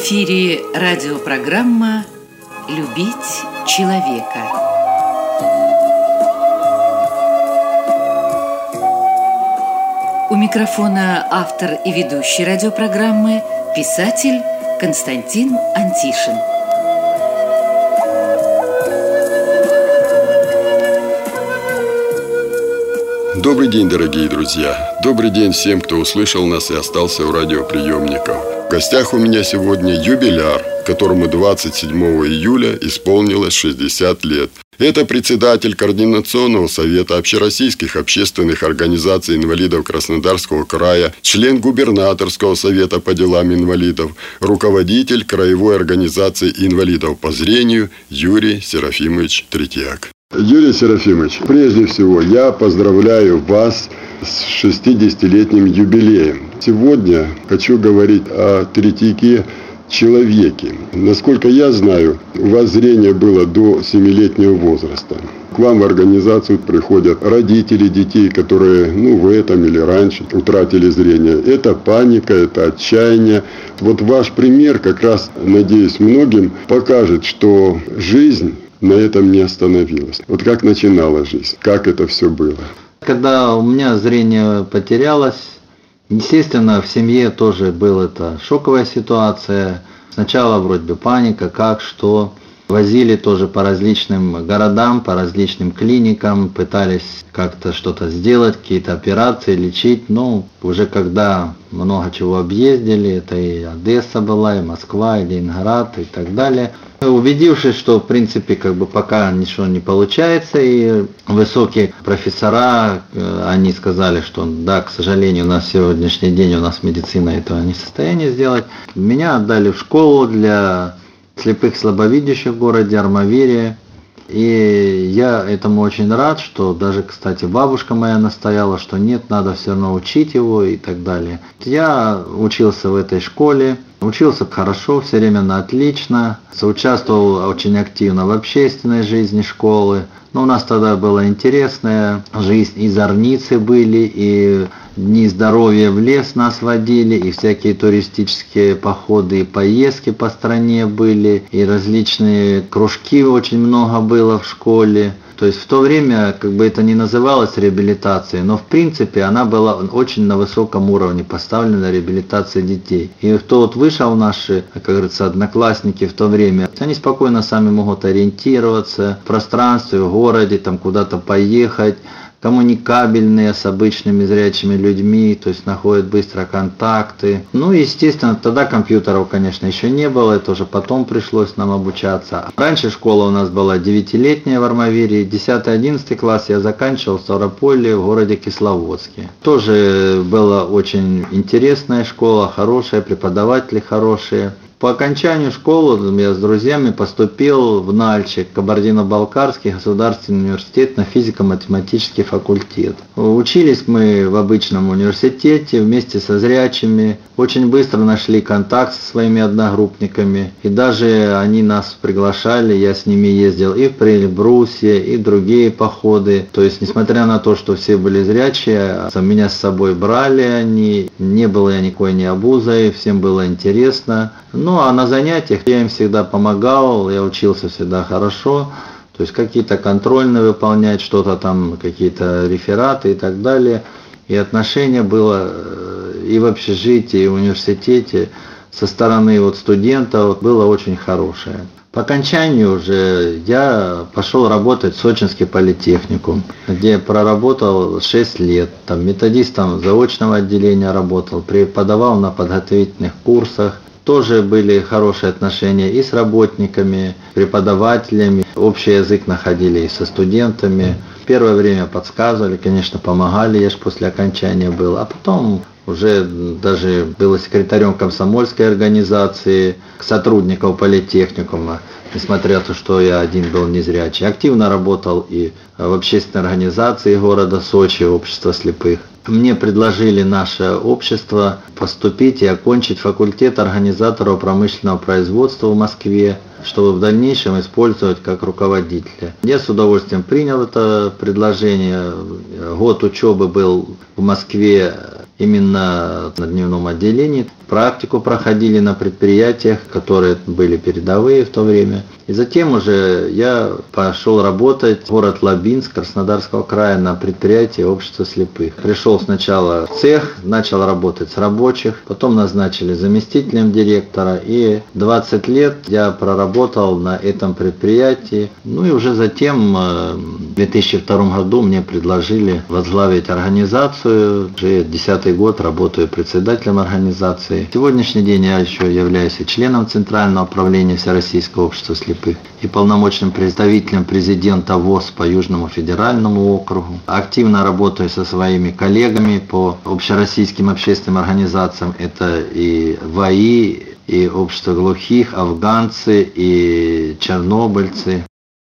эфире радиопрограмма «Любить человека». У микрофона автор и ведущий радиопрограммы, писатель Константин Антишин. Добрый день, дорогие друзья! Добрый день всем, кто услышал нас и остался у радиоприемников. В гостях у меня сегодня юбиляр, которому 27 июля исполнилось 60 лет. Это председатель Координационного совета общероссийских общественных организаций инвалидов Краснодарского края, член губернаторского совета по делам инвалидов, руководитель краевой организации инвалидов по зрению Юрий Серафимович Третьяк. Юрий Серафимович, прежде всего я поздравляю вас с 60-летним юбилеем. Сегодня хочу говорить о Третьяке человеке. Насколько я знаю, у вас зрение было до 7-летнего возраста. К вам в организацию приходят родители детей, которые, в этом или раньше утратили зрение. Это паника, это отчаяние. Вот ваш пример как раз, надеюсь, многим покажет, что жизнь на этом не остановилась. Вот как начинала жизнь, как это все было. Когда у меня зрение потерялось, естественно, в семье тоже была это шоковая ситуация. Сначала вроде бы паника, как, что. Возили тоже по различным городам, по различным клиникам, пытались как-то что-то сделать, какие-то операции, лечить. Но уже когда много чего объездили, это и Одесса была, и Москва, и Ленинград, и так далее. Убедившись, что в принципе пока ничего не получается, и высокие профессора, они сказали, что да, к сожалению, на сегодняшний день у нас медицина этого не в состоянии сделать. Меня отдали в школу для слепых слабовидящих в городе Армавире. И я этому очень рад, что даже, кстати, бабушка моя настояла, что нет, надо все равно учить его и так далее. Я учился в этой школе, учился хорошо, все время на отлично, соучаствовал очень активно в общественной жизни школы. Но у нас тогда была интересная жизнь, и зорницы были, и дни здоровья в лес нас водили, и всякие туристические походы и поездки по стране были, и различные кружки очень много было в школе. То есть в то время это не называлось реабилитацией, но в принципе она была очень на высоком уровне поставлена, реабилитация детей. И кто вышел, наши, как говорится, одноклассники в то время, они спокойно сами могут ориентироваться в пространстве, в городе, куда-то поехать, коммуникабельные с обычными зрячими людьми, то есть находят быстро контакты. Естественно, тогда компьютеров, конечно, еще не было, это уже потом пришлось нам обучаться. Раньше школа у нас была 9-летняя в Армавире, 10-11 класс я заканчивал в Ставрополе, в городе Кисловодске. Тоже была очень интересная школа, хорошая, преподаватели хорошие. По окончанию школы я с друзьями поступил в Нальчик, Кабардино-Балкарский государственный университет на физико-математический факультет. Учились мы в обычном университете вместе со зрячими, очень быстро нашли контакт со своими одногруппниками, и даже они нас приглашали, я с ними ездил и в Прельбрусе, и в другие походы. То есть, несмотря на то, что все были зрячие, меня с собой брали они, не было я никакой не обузой, всем было интересно. А на занятиях я им всегда помогал, я учился всегда хорошо, то есть какие-то контрольные выполнять, что-то какие-то рефераты и так далее. И отношение было и в общежитии, и в университете со стороны студентов было очень хорошее. По окончанию уже я пошел работать в Сочинский политехникум, где проработал 6 лет. Методистом заочного отделения работал, преподавал на подготовительных курсах. Тоже были хорошие отношения и с работниками, преподавателями. Общий язык находили и со студентами. Первое время подсказывали, конечно, помогали, я же после окончания был. А потом уже даже был секретарем комсомольской организации, сотрудников политехникума, несмотря на то, что я один был незрячий. Активно работал и в общественной организации города Сочи, общество слепых. Мне предложили наше общество поступить и окончить факультет организаторов промышленного производства в Москве, чтобы в дальнейшем использовать как руководителя. Я с удовольствием принял это предложение. Год учебы был в Москве именно на дневном отделении. Практику проходили на предприятиях, которые были передовые в то время. И затем уже я пошел работать в город Лабинск Краснодарского края на предприятии общества слепых. Пришел сначала в цех, начал работать с рабочих, потом назначили заместителем директора. И 20 лет я проработал на этом предприятии. Ну и уже затем в 2002 году мне предложили возглавить организацию. Уже 10-й год работаю председателем организации. В сегодняшний день я еще являюсь и членом Центрального управления Всероссийского общества слепых и полномочным представителем президента ВОС по Южному федеральному округу. Активно работаю со своими коллегами по общероссийским общественным организациям. Это и ВАИ, и общество глухих, афганцы, и чернобыльцы.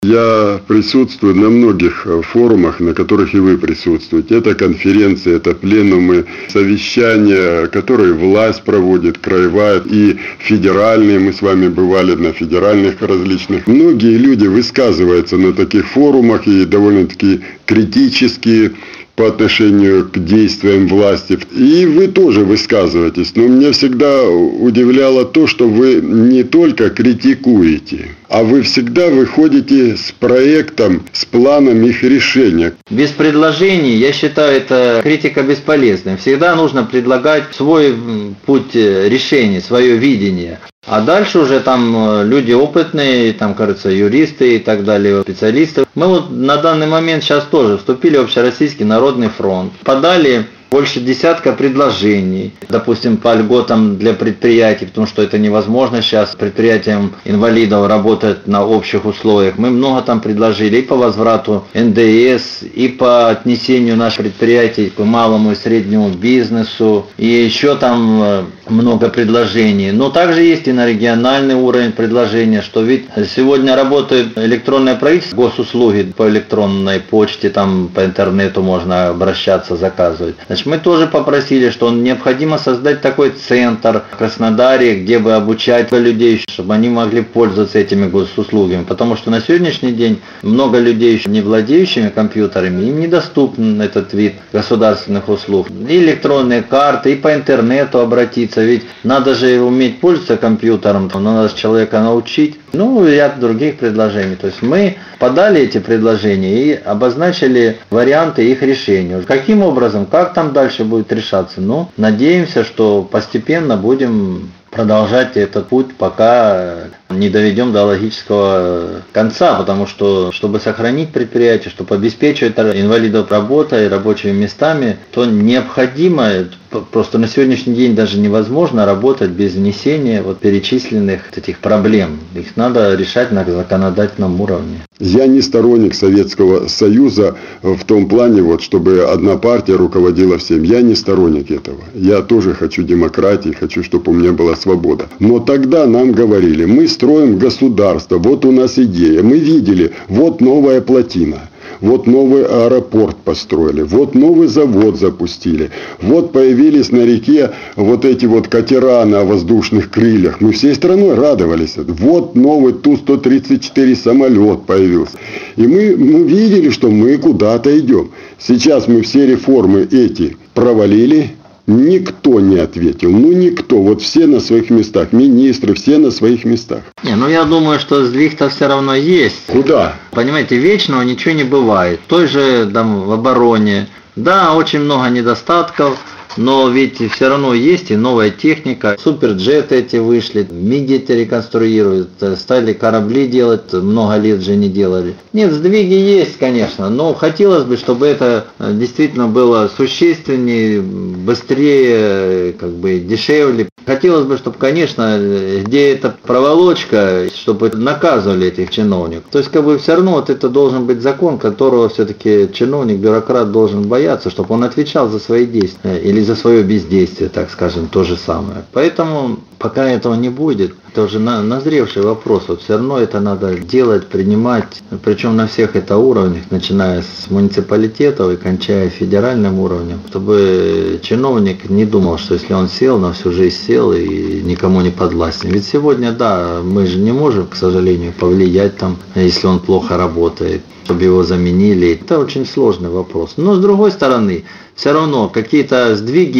Я присутствую на многих форумах, на которых и вы присутствуете. Это конференции, это пленумы, совещания, которые власть проводит, краевая и федеральные. Мы с вами бывали на федеральных различных. Многие люди высказываются на таких форумах и довольно-таки критически по отношению к действиям власти. И вы тоже высказываетесь. Но меня всегда удивляло то, что вы не только критикуете, а вы всегда выходите с проектом, с планом их решения. Без предложений, я считаю, это критика бесполезная. Всегда нужно предлагать свой путь решения, свое видение. А дальше уже там люди опытные, там, кажется, юристы и так далее, специалисты. Мы вот на данный момент сейчас тоже вступили в Общероссийский народный фронт. Подали больше десятка предложений, допустим, по льготам для предприятий, потому что это невозможно сейчас предприятиям инвалидов работать на общих условиях. Мы много там предложили и по возврату НДС, и по отнесению наших предприятий к малому и среднему бизнесу, и еще там много предложений. Но также есть и на региональный уровень предложения, что ведь сегодня работает электронное правительство, госуслуги по электронной почте, там по интернету можно обращаться, заказывать. Значит, мы тоже попросили, что необходимо создать такой центр в Краснодаре, где бы обучать людей, чтобы они могли пользоваться этими госуслугами. Потому что на сегодняшний день много людей, еще не владеющими компьютерами, им недоступен этот вид государственных услуг. И электронные карты, и по интернету обратиться. Ведь надо же уметь пользоваться компьютером, но надо человека научить. Ну и ряд других предложений. То есть мы подали эти предложения и обозначили варианты их решения. Каким образом, как там дальше будет решаться? Ну, надеемся, что постепенно будем продолжать этот путь, пока не доведем до логического конца, потому что, чтобы сохранить предприятие, чтобы обеспечивать инвалидов работой, рабочими местами, то необходимо, просто на сегодняшний день даже невозможно работать без внесения вот перечисленных этих проблем. Их надо решать на законодательном уровне. Я не сторонник Советского Союза в том плане, вот, чтобы одна партия руководила всем. Я не сторонник этого. Я тоже хочу демократии, хочу, чтобы у меня была свобода. Но тогда нам говорили, мы строим государство, вот у нас идея. Мы видели, вот новая плотина. Вот новый аэропорт построили, вот новый завод запустили, вот появились на реке вот эти вот катера на воздушных крыльях. Мы всей страной радовались. Вот новый Ту-134 самолет появился. И мы видели, что мы куда-то идем. Сейчас мы все реформы эти провалили. Никто не ответил, никто, вот все на своих местах, министры, все на своих местах. Я думаю, что сдвиг-то все равно есть. Куда? Понимаете, вечного ничего не бывает. В той же там в обороне, да, очень много недостатков, но ведь все равно есть и новая техника. Суперджеты эти вышли, МиГи эти реконструируют, стали корабли делать, много лет же не делали. Нет, сдвиги есть, конечно, но хотелось бы, чтобы это действительно было существеннее, быстрее, дешевле. Хотелось бы, чтобы, конечно, где эта проволочка, чтобы наказывали этих чиновников. То есть, все равно вот это должен быть закон, которого все-таки чиновник, бюрократ должен бояться, чтобы он отвечал за свои действия или за свое бездействие, так скажем, то же самое. Поэтому пока этого не будет, это уже назревший вопрос. Вот все равно это надо делать, принимать, причем на всех это уровнях, начиная с муниципалитетов и кончая федеральным уровнем, чтобы чиновник не думал, что если он сел, на всю жизнь сел и никому не подвластен. Ведь сегодня, да, мы же не можем, к сожалению, повлиять там, если он плохо работает, чтобы его заменили. Это очень сложный вопрос. Но с другой стороны, все равно какие-то сдвиги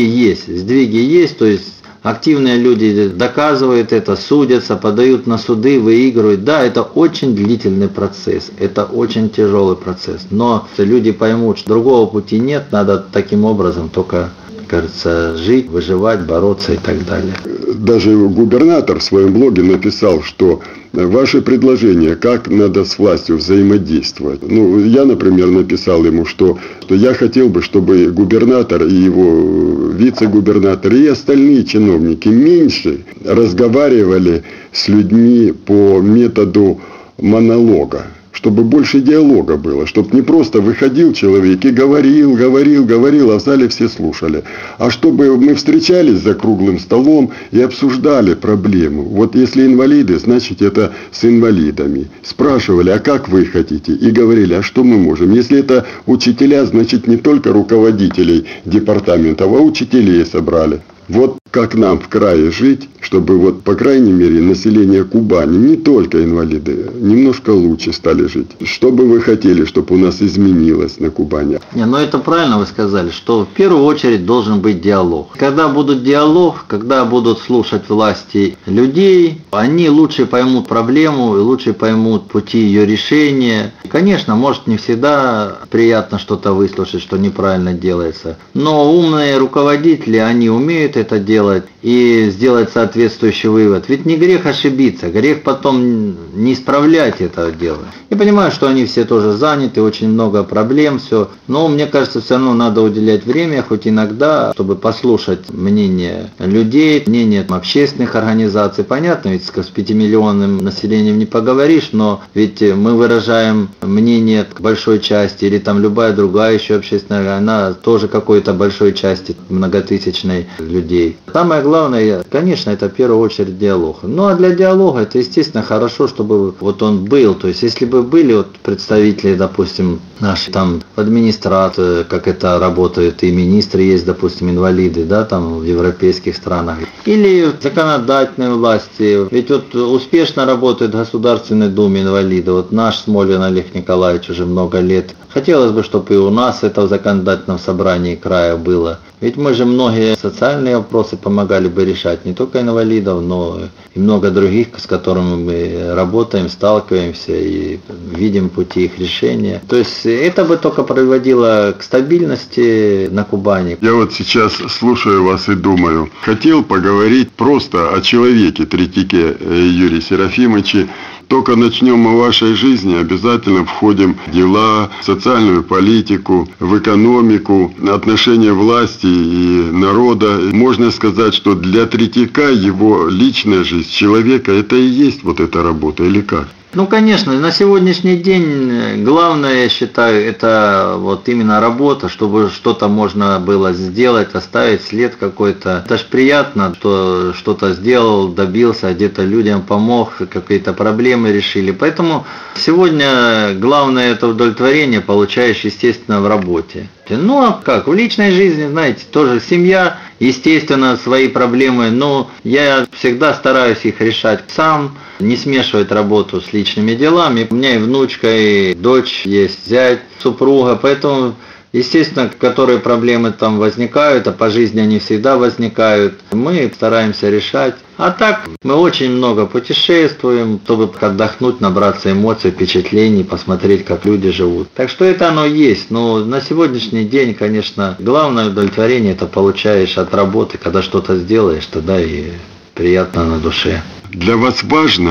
есть, то есть активные люди доказывают это, судятся, подают на суды, выигрывают. Да, это очень длительный процесс, это очень тяжелый процесс. Но люди поймут, что другого пути нет, надо таким образом только, кажется, жить, выживать, бороться и так далее. Даже губернатор в своем блоге написал, что ваши предложения, как надо с властью взаимодействовать. Я, например, написал ему, что я хотел бы, чтобы губернатор и его вице-губернатор и остальные чиновники меньше разговаривали с людьми по методу монолога. Чтобы больше диалога было, чтобы не просто выходил человек и говорил, а в зале все слушали, а чтобы мы встречались за круглым столом и обсуждали проблему. Вот если инвалиды, значит это с инвалидами. Спрашивали, а как вы хотите? И говорили, а что мы можем? Если это учителя, значит не только руководителей департаментов, а учителей собрали. Вот как нам в крае жить, чтобы вот, по крайней мере, население Кубани, не только инвалиды, немножко лучше стали жить. Что бы вы хотели, чтобы у нас изменилось на Кубани? Это правильно вы сказали, что в первую очередь должен быть диалог. Когда будет диалог, когда будут слушать власти людей, они лучше поймут проблему, лучше поймут пути ее решения. Конечно, может не всегда приятно что-то выслушать, что неправильно делается, но умные руководители, они умеют это делать и сделать соответствующий вывод. Ведь не грех ошибиться, грех потом не исправлять это дело. Я понимаю, что они все тоже заняты, очень много проблем, все. Но мне кажется, все равно надо уделять время, хоть иногда, чтобы послушать мнение людей, мнение общественных организаций. Понятно, ведь с 5-миллионным населением не поговоришь, но ведь мы выражаем мнение большой части, или там любая другая еще общественная, она тоже какой-то большой части многотысячной людей. Самое главное, конечно, это в первую очередь диалог. А для диалога это, естественно, хорошо, чтобы вот он был. То есть, если бы были вот представители, допустим, наши там администрации, как это работает, и министры есть, допустим, инвалиды, да, там в европейских странах, или законодательные власти. Ведь вот успешно работает в Государственной Думе инвалиды. Вот наш Смолин Олег Николаевич уже много лет. Хотелось бы, чтобы и у нас это в законодательном собрании края было. Ведь мы же многие социальные вопросы помогали бы решать, не только инвалидов, но и много других, с которыми мы работаем, сталкиваемся и видим пути их решения. То есть это бы только приводило к стабильности на Кубани. Я вот сейчас слушаю вас и думаю, хотел поговорить просто о человеке Третьяке Юрии Серафимовиче. Только начнем о вашей жизни, обязательно входим в дела, в социальную политику, в экономику, отношения власти и народа. Можно сказать, что для Третьяка его личная жизнь человека, это и есть вот эта работа, или как? Конечно, на сегодняшний день главное, я считаю, это вот именно работа, чтобы что-то можно было сделать, оставить след какой-то. Это ж приятно, что что-то сделал, добился, где-то людям помог, какие-то проблемы решили. Поэтому сегодня главное это удовлетворение получаешь, естественно, в работе. А как? В личной жизни, знаете, тоже семья, естественно, свои проблемы, но я всегда стараюсь их решать сам, не смешивать работу с личными делами. У меня и внучка, и дочь есть, зять, супруга, поэтому, естественно, которые проблемы там возникают, а по жизни они всегда возникают, мы стараемся решать. А так, мы очень много путешествуем, чтобы отдохнуть, набраться эмоций, впечатлений, посмотреть, как люди живут. Так что это оно есть. Но на сегодняшний день, конечно, главное удовлетворение это получаешь от работы. Когда что-то сделаешь, тогда и приятно на душе. Для вас важно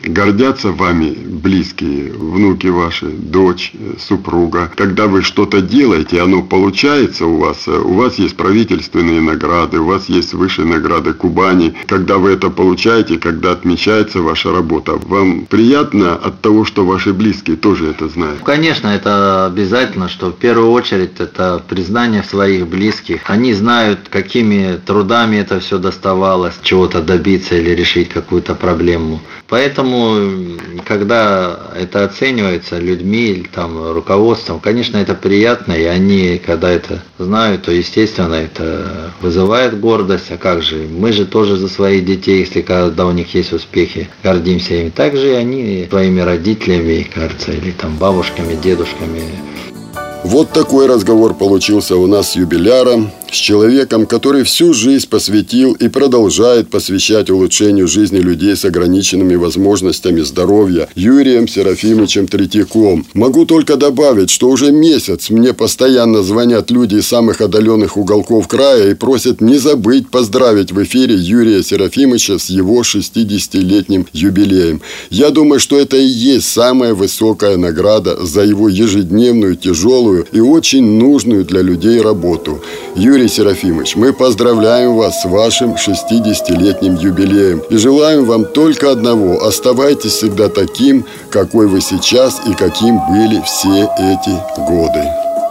гордятся вами близкие, внуки ваши, дочь, супруга. Когда вы что-то делаете, оно получается у вас есть правительственные награды, у вас есть высшие награды Кубани. Когда вы это получаете, когда отмечается ваша работа, вам приятно от того, что ваши близкие тоже это знают? Конечно, это обязательно, что в первую очередь это признание своих близких. Они знают, какими трудами это все доставалось, чего-то добиться или решить какую-то проблему. Поэтому, когда это оценивается людьми или там руководством, конечно, это приятно, и они, когда это знают, то, естественно, это вызывает гордость. А как же? Мы же тоже за своих детей, если когда у них есть успехи, гордимся ими. Также и они своими родителями, кажется, или там бабушками, дедушками. Вот такой разговор получился у нас с юбиляром, с человеком, который всю жизнь посвятил и продолжает посвящать улучшению жизни людей с ограниченными возможностями здоровья, Юрием Серафимовичем Третьяком. Могу только добавить, что уже месяц мне постоянно звонят люди из самых отдаленных уголков края и просят не забыть поздравить в эфире Юрия Серафимовича с его 60-летним юбилеем. Я думаю, что это и есть самая высокая награда за его ежедневную, тяжелую и очень нужную для людей работу. Юрий Серафимович, мы поздравляем вас с вашим 60-летним юбилеем и желаем вам только одного: оставайтесь всегда таким, какой вы сейчас и каким были все эти годы.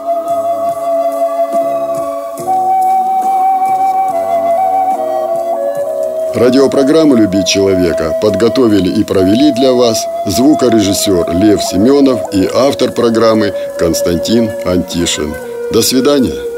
Радиопрограмму «Любить человека» подготовили и провели для вас звукорежиссер Лев Семенов и автор программы Константин Антишин. До свидания.